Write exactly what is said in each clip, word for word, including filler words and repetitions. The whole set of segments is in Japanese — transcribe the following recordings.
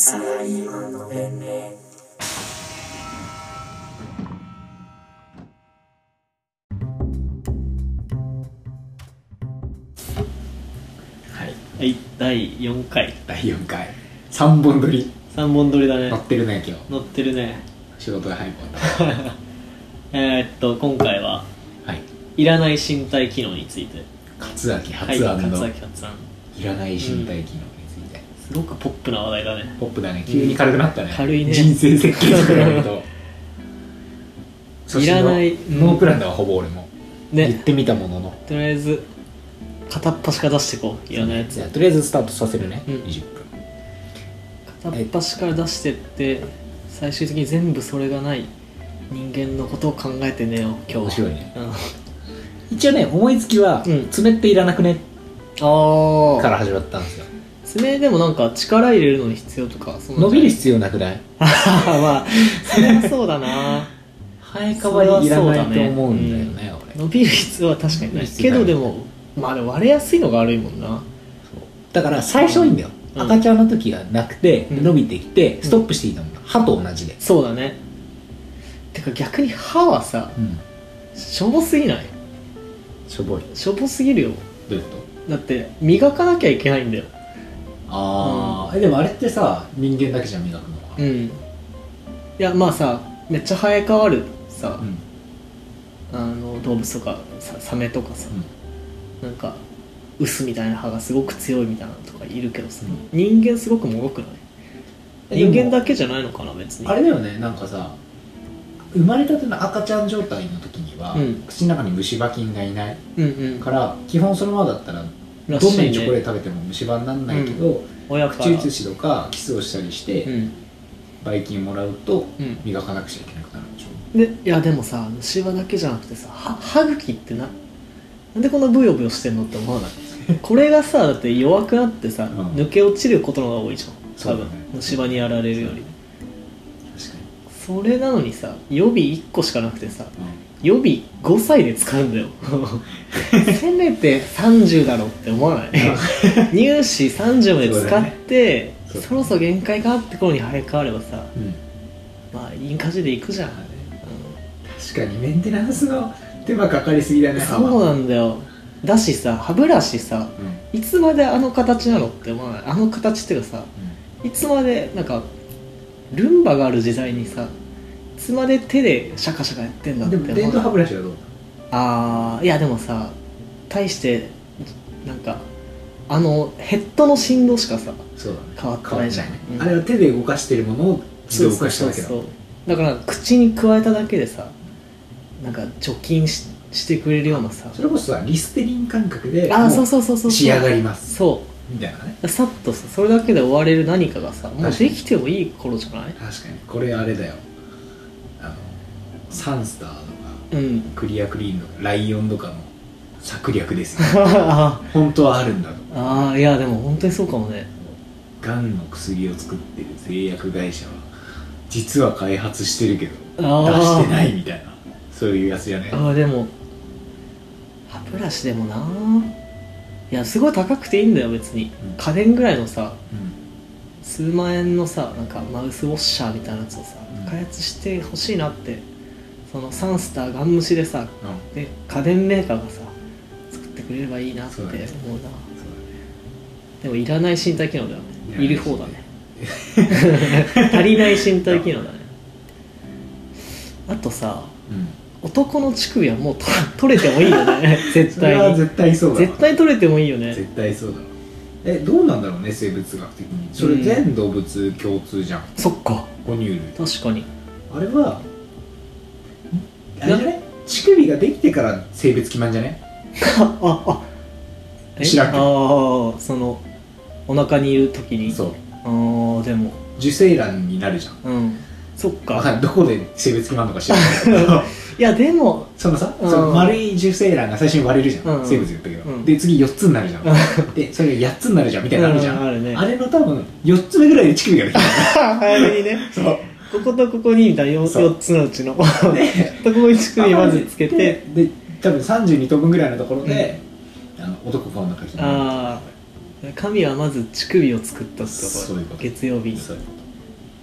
最後のでね。 はい、だいよんかい。 だいよんかいさんぼん撮りさんぼん撮りだね。 乗ってるね。今日乗ってるね。 仕事が早く終わったえーっと今回ははいいらない身体機能について。 勝明はい、 発案の勝明発案。 いらない身体機能について、 すごくポップな話題だね。 ポップだね。急に軽くなったね、 軽いね。 人生設計と比べるといらない、 うん、ノープランだわほぼ俺も、ね、言ってみたもののとりあえず片っ端から出していこう。いらないやつ。 じゃあとりあえずスタートさせるね、うん、にじゅっぷん片っ端から出してって最終的に全部それがない人間のことを考えてねよ今日は。 面白いね、 うん、 一応ね思いつきは、うん、爪っていらなくねあから始まったんですよ。 爪でもなんか力入れるのに必要とかそ伸びる必要なくないまあそれはそうだな生え変わりいらないと思うんだよね、 うん、俺伸びる必要は確かにないけどでもまあでも割れやすいのが悪いもんな。そうだから最初いいんだよ、うん、赤ちゃんの時がなくて、うん、伸びてきてストップしていいと思う、うん、歯と同じで。 そうだね。てか逆に歯はさ、うん、しょぼすぎない？ しょぼいしょぼすぎるよ。 どういうこと？ だって磨かなきゃいけないんだよ。 ああ、うん、でもあれってさ人間だけじゃ磨くのか。 うんいやまあさめっちゃ生え変わるさ、うん、あの動物とかさサメとかさ、うん、なんか臼みたいな歯がすごく強いみたいなのとかいるけどさ、うん、人間すごくもろくない？人間だけじゃないのかな別に。 あれだよね、なんかさ生まれたての赤ちゃん状態の時には、うん、口の中に虫歯菌がいない、うんうん、から基本そのままだったらどんなにチョコレート食べても虫歯にならないけど、うん、口移しとかキスをしたりして、うん、ばい菌もらうと磨かなくちゃいけなくなるんでしょ。 でいやでもさ虫歯だけじゃなくてさ歯茎ってななんでこんなブヨブヨしてんのって思わないこれがさだって弱くなってさ、うん、抜け落ちることの方が多いじゃん多分、ね、虫歯にやられるより。確かにそれなのにさ予備いっこしかなくてさ、うん、予備ごさいで使うんだよせめてさんじゅうだろって思わない乳歯さんじゅうまで使って、そ, ね、そろそろ限界かって頃に生え変わればさ、うん、まあいい感じでいくじゃん、うん、 確かにメンテナンスの手間かかりすぎだね。 そうなんだよ。だしさ歯ブラシさ、うん、いつまであの形なのって思わない？あの形っていうかさ、うん、いつまでなんかルンバがある時代にさいつまで手でシャカシャカやってんだって思わない？ でも電動歯ブラシはどう？ あーいやでもさ大してなんかあのヘッドの振動しかさそうだ、ね、 変わってないじゃん、ね、うん、 あれは手で動かしてるものを自動化しただけだ。 そうそうそうだから口に加えただけでさなんか除菌 し, してくれるようなさそれこそさリステリン感覚であそうそうそうそう仕上がりますそうみたいなね。 さっとさそれだけで終われる何かがさもうできてもいい頃じゃない？ 確かにこれあれだよあのサンスターとか、うん、クリアクリーンとかライオンとかの策略ですよ本当はあるんだと。 ああいやでも本当にそうかもね。 がんの薬を作ってる製薬会社は実は開発してるけど出してないみたいなそういうやつやね。 ああでも歯ブラシでもないやすごい高くていいんだよ別に、うん、家電ぐらいのさ、うん、数万円のさなんかマウスウォッシャーみたいなやつをさ、うん、開発してほしいなって。そのサンスターガン虫でさ、うん、で家電メーカーがさ作ってくれればいいなって思うな。そうだね、でもいらない身体機能だよね。いる方だね足りない身体機能だね。あとさ、うん、男の乳首はもう取れてもいいよね絶対に。それは絶対そうだ。 絶対取れてもいいよね。 絶対そうだ。えどうなんだろうね生物学的に。それ全動物共通じゃん、うん、 そっか哺乳類。 確かにあれはあれじゃね乳首ができてから性別決まんじゃねああ知らんけど。ああそのお腹にいる時に。 そうああでも受精卵になるじゃん。 うんそっか。 分かんないどこで性別決まるのか知らないけどいやでもそのさ、その丸い受精卵が最初に割れるじゃん、うん、生物言ったけど、うん、で次よっつになるじゃんでそれがやっつになるじゃんみたいなのあるじゃん、うん、あるね、あれの多分よっつめぐらいで乳首ができる早めにねそうこことここにみたいな よっつのうちのとここに乳首まずつけてで多分さんじゅうにとうぶんぐらいのところで、うん、あの男か女か決まる。 ああ神はまず乳首を作ったってこと。 そういうこと。 月曜日に。 そういうこと。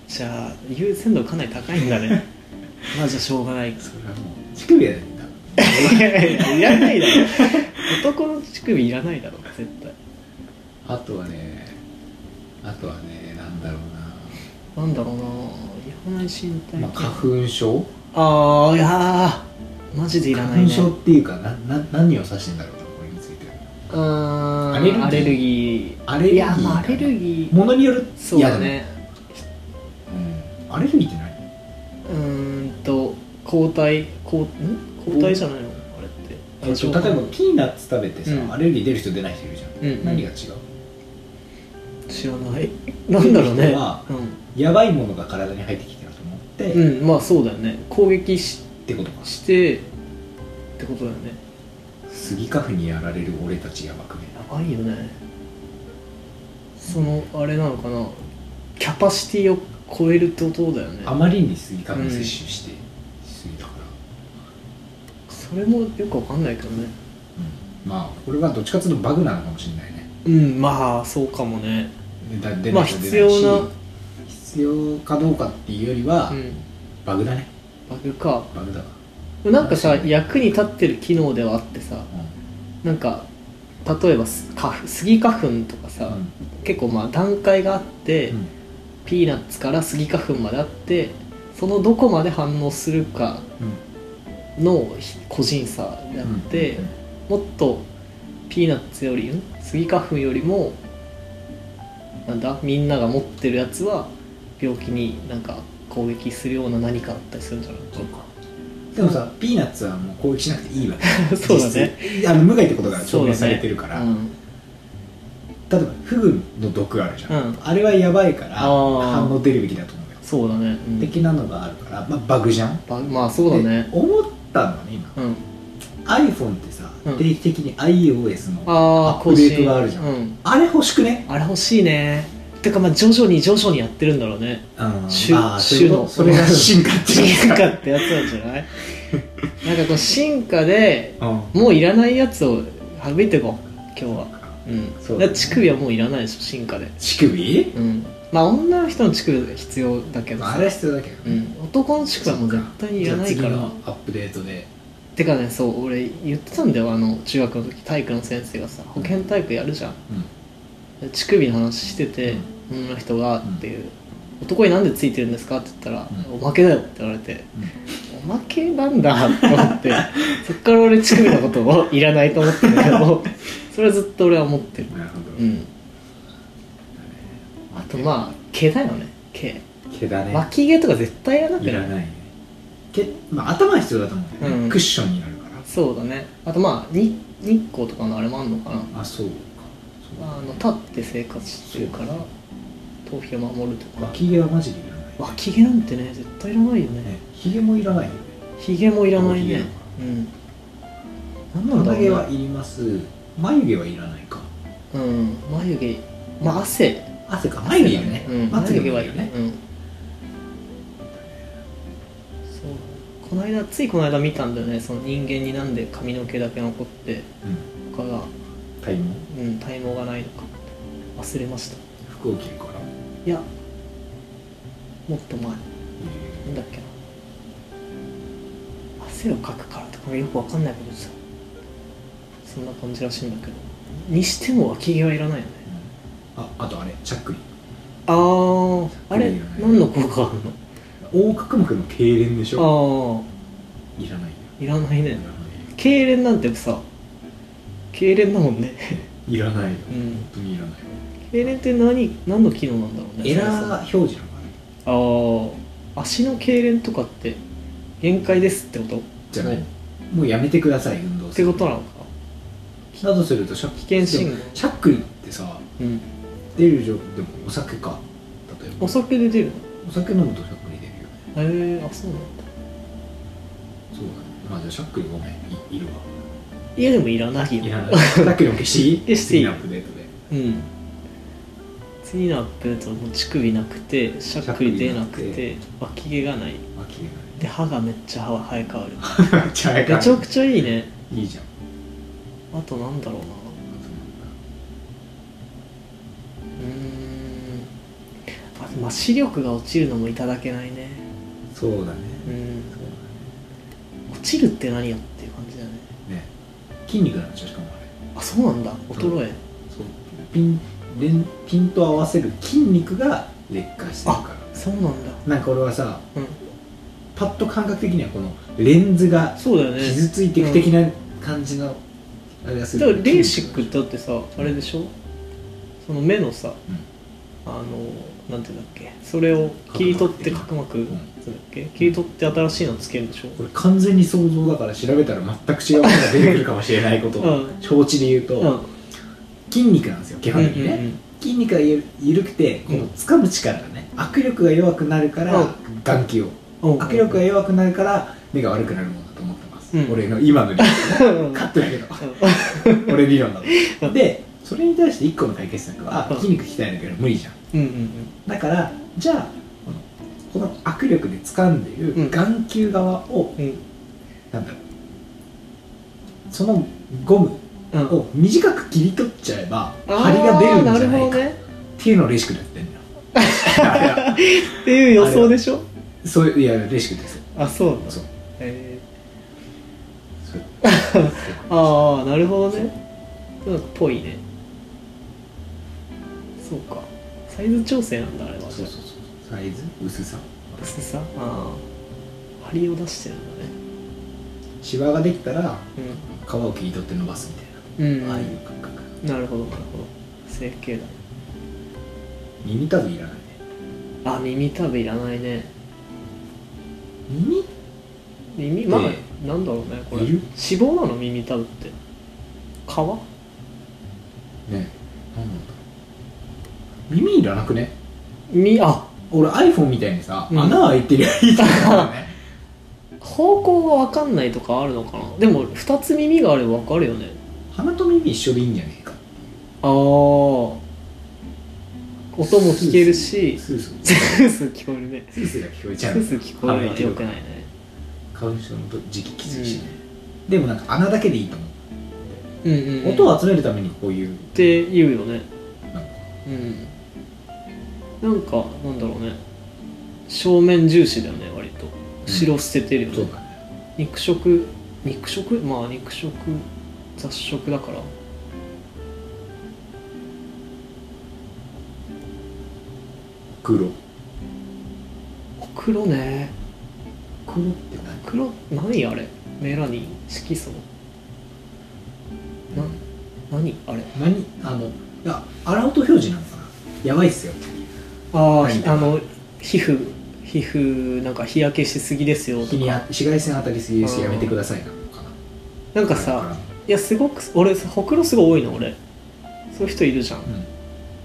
じゃあ優先度かなり高いんだねまあじゃあしょうがないかそれはもう乳首やねんだいやいやいらないだろ男の乳首いらないだろ絶対。 あとはねあとはねなんだろうななんだろうな、いらない身体、 な、まあ、花粉症。 ああいやーマジでいらないね。 花粉症っていうかなな何を指してんだろうなこれについて。 うーんアレルギーアレルギーアレルギーいやまあアレルギーものによる。 そうだね。 うん、アレルギーって何？ うーんと抗体抗ん抗体じゃないのあれって。 えっと、例えばピーナッツ食べてさ、うん、アレルギー出る人出ない人いるじゃん、うんうん、何が違う？ 知らないなんだろうね。 は、うん、やばいものが体に入ってきてると思って、 うんまあそうだよね、攻撃しってことかしてってことだよね。 スギ花粉にやられる俺たちやばくね。 やばいよね。そのあれなのかな、キャパシティを超えるってことだよね。 あまりにスギ花粉摂取して、うん、しすぎだからそれもよくわかんないけどね、 うん、まあこれはどっちかっていうとバグなのかもしれないね。 うんまあそうかもね。 だ出まあ必要な必要かどうかっていうよりは、うん、バグだね。 バグか。 バグだわ。 なんかさ役に立ってる機能ではあってさ、うん、なんか例えばスギ花粉とかさ、うん、結構まあ段階があって、うん、ピーナッツからスギ花粉まであってそのどこまで反応するかの個人差であって、うん、もっとピーナッツよりスギ花粉よりもなんだみんなが持ってるやつは病気になんか攻撃するような何かあったりするんじゃないか。 そうか。でもさ、ピーナッツはもう攻撃しなくていいわけそうだね。 あの無害ってことが証明されてるから、ねうん、例えばフグの毒あるじゃん、うん、あれはやばいから反応出るべきだと思うよ。 そうだね、うん、 的なのがあるから、まあ、バグじゃん。 バグまあそうだね。 思ったのはね今、うん、iPhone ってさ、うん、定期的に iOS のアップデートがあるじゃん、うん、あれ欲しくね。 あれ欲しいね。てかまあ徐々に徐々にやってるんだろうね。うん、種のそれが進化って進化ってやつなんじゃないなんかこう進化で、うん、もういらないやつを省いていこう今日は。うんそうだ、ね、だ乳首はもういらないでしょ進化で。 乳首？ うんまあ女の人の乳首必要だけどさ、 あれは必要だけど、ねうん、男の乳首はもう絶対にいらないから。 次のアップデートでてかね、そう俺言ってたんだよ、あの中学の時体育の先生がさ保健体育やるじゃん、うん、乳首の話してて、うん女の人がっていう、うん、男になんでついてるんですかって言ったら、うん、おまけだよって言われて、うん、おまけなんだって思ってそっから俺乳首のことをいらないと思ってるけどそれはずっと俺は思ってる。 なるほど、 うん、あとまあ毛だよね。毛毛だね。 脇毛とか絶対いらなくない？ いらないね。毛、まあ、頭は必要だと思うんだよね、うん、クッションになるから。 そうだね。あとまあに日光とかのあれもあんのかな。 あ、そうか。 そうあの立って生活してるから頭皮を守るとか。 脇毛はマジでいらない。 脇毛なんてね絶対いらないよね。 ねひげもいらないよね。 ひげもいらないね。うんなんなんだろうね。 鼻毛はいります。眉毛はいらないか。 うん眉毛まあ汗汗か眉毛いるね。 うん眉毛はいるね。うんそうこの間ついこの間見たんだよね。その人間になんで髪の毛だけ残って、うん、他が体毛うん体毛がないのか忘れました。 服を着るから。 いやもっと前、なんだっけな汗をかくからとかよくわかんないけどさそんな感じらしいんだけどにしても脇毛はいらないよね、 うん、ああとあれしゃっくり。 あーあれ何の効果あるの？ 横隔膜の痙攣でしょ。ああいらないよ。 いらないね。痙攣なんてさ痙攣だもんねいらないよ、うん、本当にいらないよ。 痙攣って何何の機能なんだろうね。 エラー表示なのかね。 ああ足の痙攣とかって限界ですってこと？ じゃないもうやめてください運動するってことなのか。 だとするとしゃ危険信号しゃっくりってさ、うん、出る状況でもお酒か例えばお酒で出るの？ お酒飲むとしゃっくり出るよね。 へえー、あそうなんだ。 そうだね。まあじゃあしゃっくりごめん い, いるわ。 いやでもいらないよ。 いらない。しゃっくりも消し消していい。 次のアップデートで。 うん。次のアップデートも乳首なくてしゃっくり出なくて脇毛がない。 脇毛がない。 で歯がめっちゃ歯は生え変わる。 めっちゃ生え変わる。 めちゃくちゃいいね。 いいじゃん。 あとなんだろうな。うーん。あまあ視力が落ちるのもいただけないね。 そうだね、 うん、落ちるって何よっていう感じだね。 ね、筋肉なんでしょしかもあれ。 あ、そうなんだ、衰え。 そうピン連ピンと合わせる筋肉が劣化してるから。 そうなんだ。 なんか俺はさ、 うん、 パッと感覚的にはこのレンズが傷ついていく的な感じのあれがする。 だからレーシックってだってさ、あれでしょ、その目のさ、うん、あのなんていうんだっけ、それを切り取って角膜、うん、だっけ、切り取って新しいのつけるんでしょ。これ完全に想像だから調べたら全く違うものが出てくるかもしれないことを、うん、承知で言うと、うん、筋肉なんですよ基本的にね、うんうんうん、筋肉がゆ緩くてこの掴む力がね、握力が弱くなるから眼球を、うん、握力が弱くなるから目が悪くなるものだと思ってます、うん、俺の今の理論、カットだけど俺理論だとで、それに対していっこの解決策は、筋肉鍛えるけど無理じゃん、うんうんうん、だからじゃあこの握力で掴んでいる眼球側を、うん、なんだろう、そのゴムを短く切り取っちゃえば、うん、張りが出るんじゃないかっていうのをレシクでやってんだよっていう予想でしょ。 そういやレシクですよ。 あ、そうなんだ。そう、えー、ああ、なるほどね。なんかぽいね。そうか、サイズ調整なんだあれは。そうそうそう、 サイズ、薄さ薄さ、ああ、張りを出してるんだね。 シワができたら、うん、皮を切り取って伸ばすみたいな、うん、ああいう感覚。 なるほどなるほど、整形だね。 耳たぶいらないね。 あ、耳たぶいらないね。 耳耳、まあなんだろうね、これ脂肪なの耳たぶって。皮ね、 なんだろう、耳いらなくね。 耳、あ、 俺 iPhone みたいにさ、うん、穴開いてりゃいいと思うね方向が分かんないとかあるのかな。でもふたつ耳があれば分かるよね。 鼻と耳一緒でいいんじゃねえか。 ああ、音も聞けるし、スースースースー聞こえるね。 スースーが聞こえちゃう。 スースー聞こえるのはよくないね。 花粉症の時期きついしね、うん、でもなんか穴だけでいいと思う。うんうんうん、音を集めるためにこういうって言うよね。うん、なんかなんだろうね、正面重視だよね割と。白捨ててるよね、うん、そうだね。肉食肉食まあ肉食雑食だから。 黒黒ね。 黒って何？ 黒何あれ？メラニン色素な、何あれ？ 何あの、いやアラウト表示なのかな。やばいっすよ。 ああ、あの皮膚皮膚なんか日焼けしすぎですよとか、 日に紫外線当たりすぎです、やめてくださいなのかな。なんかさ、いやすごく俺ほくろすごい多いの俺。そういう人いるじゃん。うん、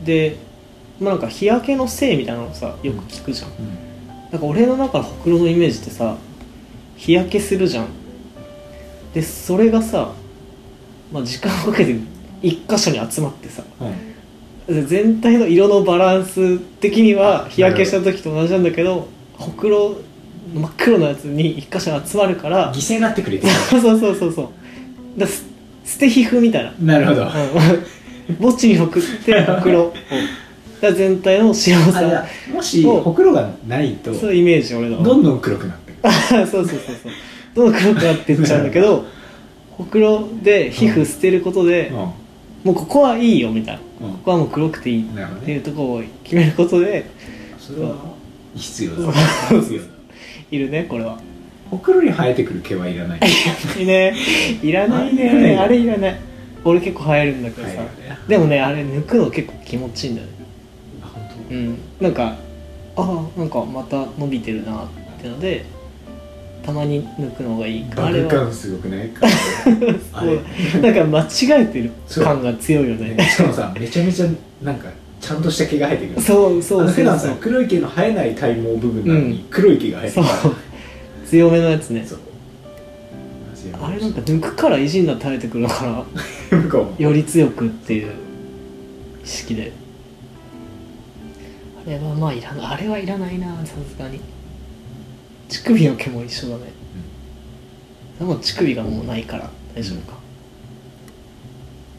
で、まあ、なんか日焼けのせいみたいなのさよく聞くじゃん。うんうん、なんか俺の中のほくろのイメージってさ、日焼けするじゃん。でそれがさ、まあ、時間をかけて一箇所に集まってさ、うん、全体の色のバランス的には日焼けした時と同じなんだけど、ほくろ真っ黒なやつに一箇所集まるから犠牲になってくれてそうそうそうそうだ、捨て皮膚みたいな。 なるほど、 うん、墓地に送ってほくろだ全体の白さ。 もしほくろがないとそういうイメージ俺のどんどん黒くなってるそうそうそうそう、どんどん黒くなっていっちゃうんだけどほくろで皮膚捨てることで、うん、もうここはいいよみたいな、うん、ここはもう黒くていいっていうところを決めることで、 それは必要だ必要だいるねこれは。 ほくろに生えてくる毛はいらないいね、いらないね、あれいらない。俺結構生えるんだけどさ、でもねあれ抜くの結構気持ちいいんだよね。あ、本当？うん、なんかああなんかまた伸びてるなってのでたまに抜くのがいいから。 バグ感すごくない？ そうなんか間違えてる感が強いよね。 しかもさめちゃめちゃなんかちゃんとした毛が生えてくる。 そうそうそうそう。 普段さ黒い毛の生えない体毛部分なのに黒い毛が生えてくる。 そう強めのやつね。そうあれなんか抜くから意地になって生えてくるのかなより強くっていう意識で。あれはまあいらない、あれはいらないなさすがに。乳首の毛も一緒だね、うん、でも乳首がもうないから大丈夫か、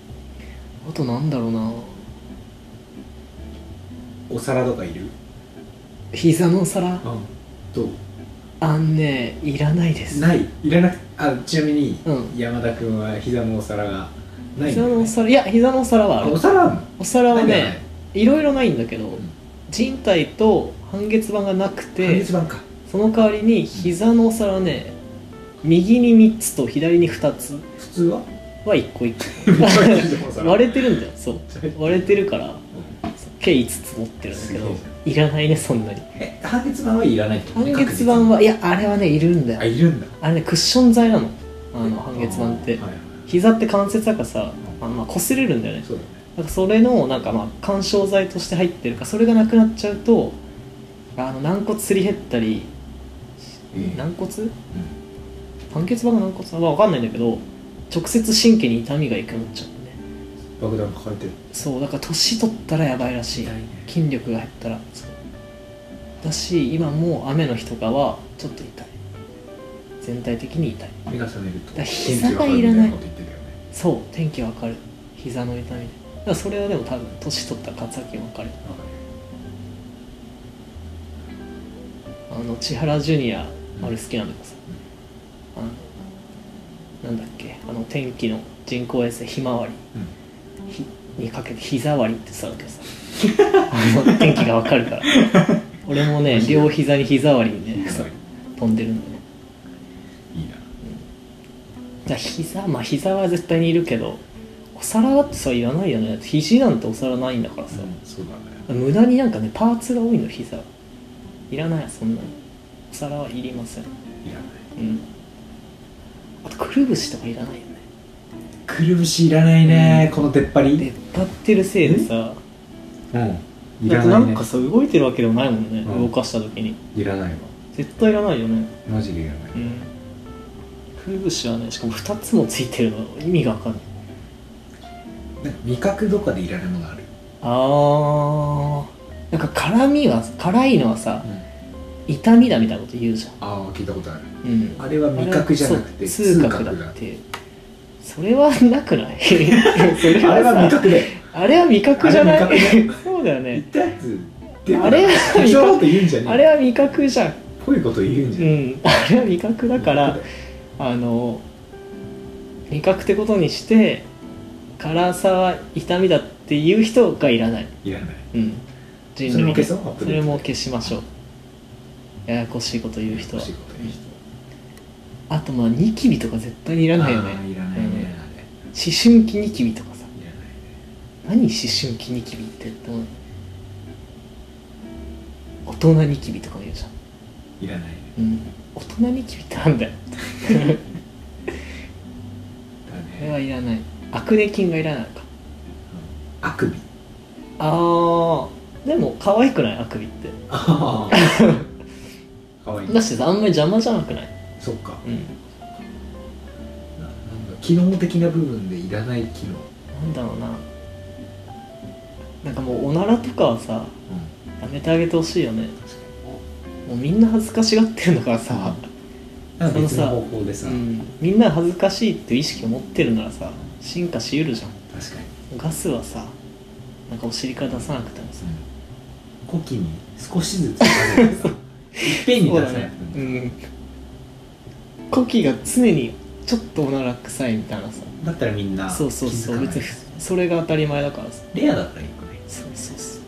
うん、あとなんだろうな。 お皿とかいる？ 膝のお皿、 うん、どう？ あんねいらないです。 ない、いらなく、あ、ちなみに、 うん、 山田君は膝のお皿がないんだ膝よね。 のお皿、いや膝のお皿はある。 お皿あるの？ お皿はないねいろいろないんだけど、 ん人体と半月板がなくて、 半月板か。 その代わりに膝のお皿はね右にみっつと左にふたつ普通ははいっこいっこ割れてるんだよ。そう割れてるから計いつつ持ってるんだけど、いらないねそんなに。 え、半月板はいらないってことね。 半月板はいやあれはねいるんだあ、 よ。 いるんだ。 あれねクッション材なの、あの半月板って。 はいはい、 膝って関節だからさ、あのまあ擦れるんだよね。 そうだね。 だからそれのなんかまあ緩衝材として入ってるから、それがなくなっちゃうとあの軟骨すり減ったり、 えー軟骨、 うん、 半月板が軟骨は分かんないんだけど、直接神経に痛みがいくようになっちゃうんだね。 爆弾抱えてる。 そうだから年取ったらやばいらしい、 痛いね。 筋力が減ったら。そうだし今もう雨の日とかはちょっと痛い、全体的に痛い。 目が覚めるとだから膝がいらない。 天気わかるみたこと言ってたよね。 そう天気わかる、膝の痛みで。だからそれはでも多分年取ったら勝明分かる。あの千原ジュニアあれ好きなんだけどさ、あのなんだっけ、あの天気の人工衛星ひまわり、 うん、 ひにかけて膝割りってさあるけどさあの天気がわかるから俺もね両膝に膝割りにねそう飛んでるんだね。 いいな。 じゃあ膝、まあ膝は絶対にいるけど、お皿だってさいらないよね。肘なんてお皿ないんだからさ、 うん、そうだね。 無駄になんかねパーツが多いの。膝いらない、そんなに。お皿はいりません。 いらない。 うん。あとくるぶしとかいらないよね。 くるぶしいらないね、 うん、 この出っ張り出っ張ってるせいでさ、 うんいだってらないね。 なんかさ動いてるわけでもないもんね、 うん動かした時に。 いらないわ。 絶対いらないよね。 マジでいらない。 うん。くるぶしはね、しかもふたつもついてるの意味がわかんない。 なんか味覚とかでいらないものある。 あー、なんか辛みは辛いのはさ、 うん、 痛みだみたいなこと言うじゃん。 ああ聞いたことある。 うん、 あれは味覚じゃなくてそう痛覚だっていう。それはなくないそれあれは味覚だよ。 あれは味覚じゃない。 あれ味覚そうだよ言っね。 たやつでもあれは適当なこと言うんじゃねえ。 あれは味覚じゃん。 ぽいこと言うんじゃねうん、あれは味覚だからあの味覚ってことにして辛さは痛みだっていう人がいらない。 え。いらない。 うん、人類それも消そう。アップデートそれも消しましょう。ややこしいこと言う人は。 欲しいこと言う人。 あとまあニキビとか絶対にいらないよね。 あーいらないね、あれ。 思春期ニキビとかさ、 いらないね。 何思春期ニキビってって思う。大人ニキビとか言うじゃん。 いらないね。 うん、大人ニキビってなんだよだこれね。 はいらない。アクネ菌がいらないのか。 あくび。 あーでも可愛くない？あくびってああ。かわいい。 だしてさ、あんまり邪魔じゃなくない？ そっか。 うん。 ななんだ機能的な部分でいらない機能。 なんだろうな。なんかもうおならとかはさうん。 やめてあげてほしいよね。 確かもうみんな恥ずかしがってるんだからさ、 に。なんか別の方法でさ。 うん、みんな恥ずかしいっていう意識を持ってるならさ進化しうるじゃん。 確かに。 ガスはさなんかお尻から出さなくてもさ、 呼気に少しずつ混ぜてさいっぺんに出さないと、 うん、呼気が常にちょっとおなら臭いみたいなさ。 だったらみんなそうそうそう、 気づかない別にそれが当たり前だからさ。 レアだったらいいくね。 そうそうそう。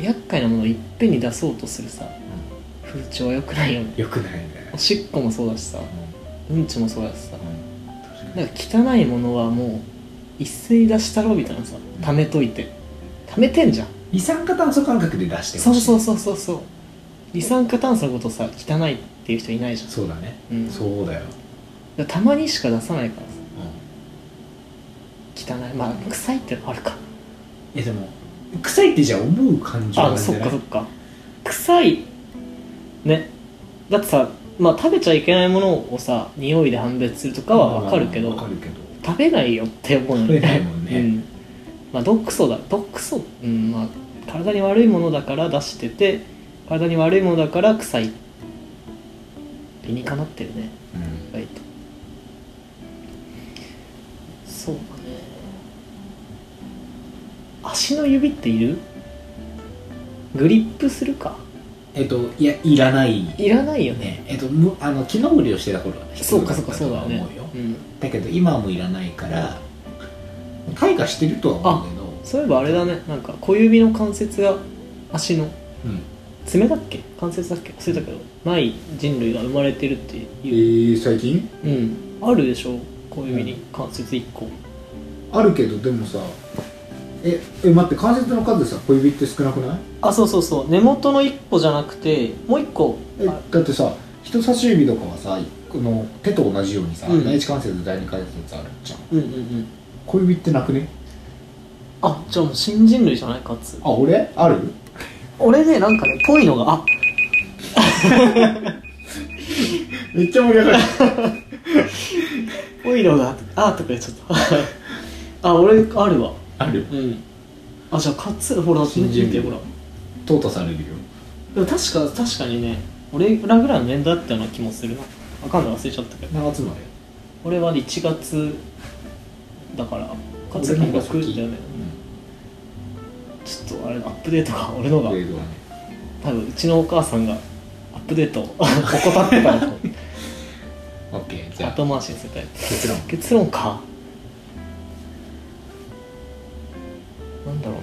厄介なものをいっぺんに出そうとするさ風潮は良くないよね。 よくないね。 おしっこもそうだしさ、 ううんちもそうだしさ、 ん、確かに。 なんか汚いものはもう一斉に出したろみたいなさ、溜めといて溜めてんじゃん。 二酸化炭素感覚で出してほしい。 そうそうそうそうそう。二酸化炭素のことさ汚いっていう人いないじゃん。 そうだね、 うん、 そうだよ、 だからたまにしか出さないからさ汚い。まあ臭いってのあるか。 いやでも臭いってじゃあ思う感情なんあ、 じゃない？ そっかそっか。臭いね。だってさ、まあ食べちゃいけないものをさ匂いで判別するとかは分かるけど、 わかるけど食べないよって思うの食べないもんね、 うん、まあ毒素だ毒素、うん、まあ体に悪いものだから出してて、体に悪いものだから臭い。理にかなってるね、 うん、 意外と。そうだね。足の指っている？ グリップするか。 えっといやいらないいらないよね。 ねえっとむあの木登りをしてた頃は必そうか要だったとそうかそうだよねは思うよ。 うん、 だけど今はもういらないから退化してるとは思うけど、 そういえばあれだね、なんか小指の関節が足のうん爪だっけ関節だっけ忘れたけどない人類が生まれてるってえいう、 ー、最近うんあるでしょ小指に関節いっこ、 あるけどでもさええ待って関節の数さ小指って少なくない？ あそうそうそう根元のいっこじゃなくてもういっこえだってさ人差し指とかはさこの手と同じようにさ、 うん第一関節第二関節あるじゃん。 うんうんうん小指ってなくね？ あじゃあもう新人類じゃないかつあ俺ある？ 俺ねなんかねぽいのがあめっちゃ盛り上がるぽいのがあとか言っちゃったあ俺あるわあるうんあじゃあカツほら新人類見てほら淘汰されるよ。 でも確か確かにね俺らぐらいの年代だったような気もするなわかんない忘れちゃったけど何月まで？ 俺はいちがつだからかつ俺の方がろくだよね、ちょっとあれアップデートが俺のがグレードはね多分うちのお母さんがアップデートを怠ってたのとオッケーじゃあ後回しにするタイプ結論結論かなんだろうな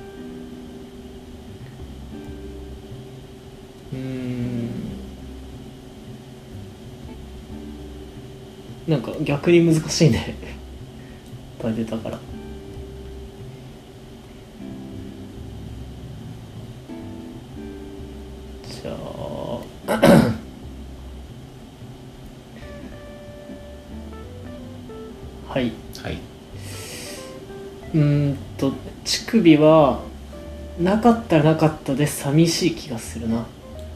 うーんなんか逆に難しいねいっぱい出たからじゃあはいはいうーんと乳首はなかったらなかったで寂しい気がするな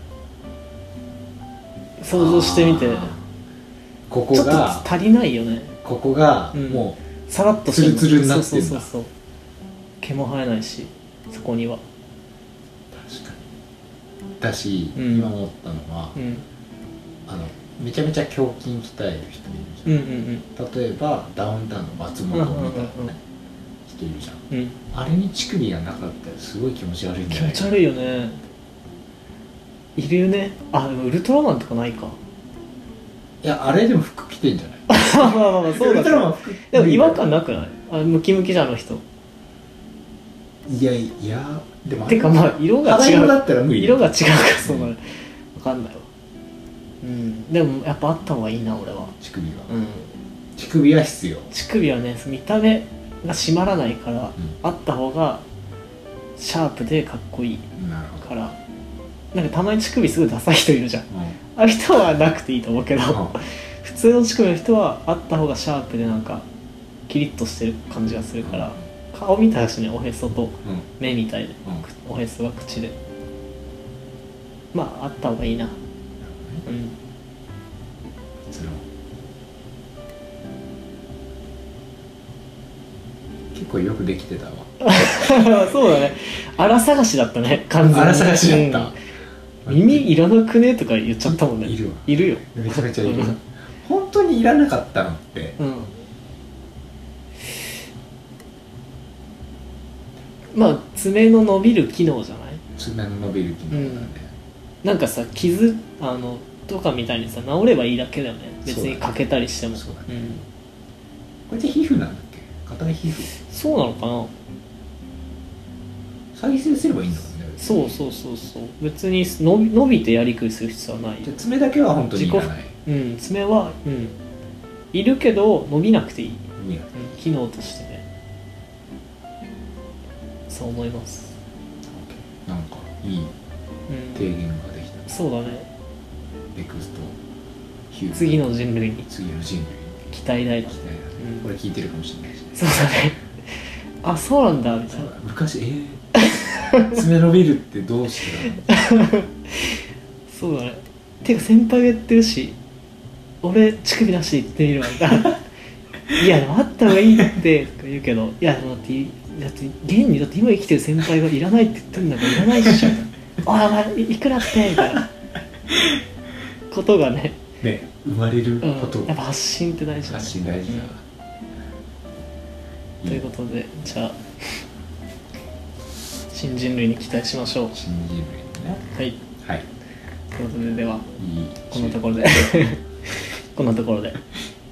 想像してみてあーここちょっがと足りないよねここがうんもさらっとしてツルツルになってんだそうそうそうそう毛も生えないしそこにはう確かにだし、 うん今思ったのは、 うんあのめちゃめちゃ胸筋鍛える人いるじゃん、 うんうん例えばダウンタウンの松本みたいなね、 うんうんうんうん人いるじゃん。 うんうんあれに乳首がなかったらすごい気持ち悪いんじゃないか気持ち悪いよねいるよねあでもウルトラマンとかないかいやあれでも服着てんじゃないまあまあまあそうだウルトラマン服でも違和感なくないあムキムキじゃんあの人いやいやでもあれてかまあ色が肌違う色だったら無理色が違うからそうなる分かんないわうんでもやっぱあった方がいいな俺は乳首は、 うん乳首は必要。 乳首はね見た目が締まらないから、 うあった方がシャープでかっこいいん、なるほど。 からなんかたまに乳首すごいダサい人いるじゃんうああいう人はなくていいと思うけどん普通の乳首の人はあった方がシャープでなんかキリッとしてる感じがするから顔みたいだしねおへそとうん目みたいでうんおへそが口でまああった方がいいなうんそれも結構よくできてたわ。 そうだね荒探しだったね完全に荒探しだった、 うん耳いらなくねとか言っちゃったもんねいるわいるよめちゃめちゃいる、 うん本当にいらなかったのってうんまあ爪の伸びる機能じゃない爪の伸びる機能だね、 なんかさ傷あのとかみたいにさ治ればいいだけだよね別にかけたりしてもそうだねうん、 これって皮膚なんだっけ硬い皮膚そうなのかな再生すればいいんだもんねそうそうそうそう別に伸び伸びてやりくりする必要はないじゃあ爪だけは本当にいらないうん爪はうんいるけど伸びなくていい、 いやうん、機能としてねそう思いますなんかいいうん提言ができた、 そうだねネクストヒュー次の人類に次の人類期待大だに期待だね、 うんこれ聞いてるかもしれないしねそうだねあそうなんだみたいなそうだ昔えー、爪伸びるってどうしてだろうそうだねてか先輩が言ってるし俺乳首なしで言ってみるわみたいないやでもあった方がいいってとか言うけどいやでもだってだって現にだって今生きてる先輩がいらないって言ってるんだからいらないっしょみたいなあやばいいくらってみたいなことがね、 ね生まれること、 うん、やっぱ発信って大事だね発信大事だわ、 うんということでじゃあ新人類に期待しましょう。 新人類にね。 はいはい。 ということで、ではいいこんなところでこんなところで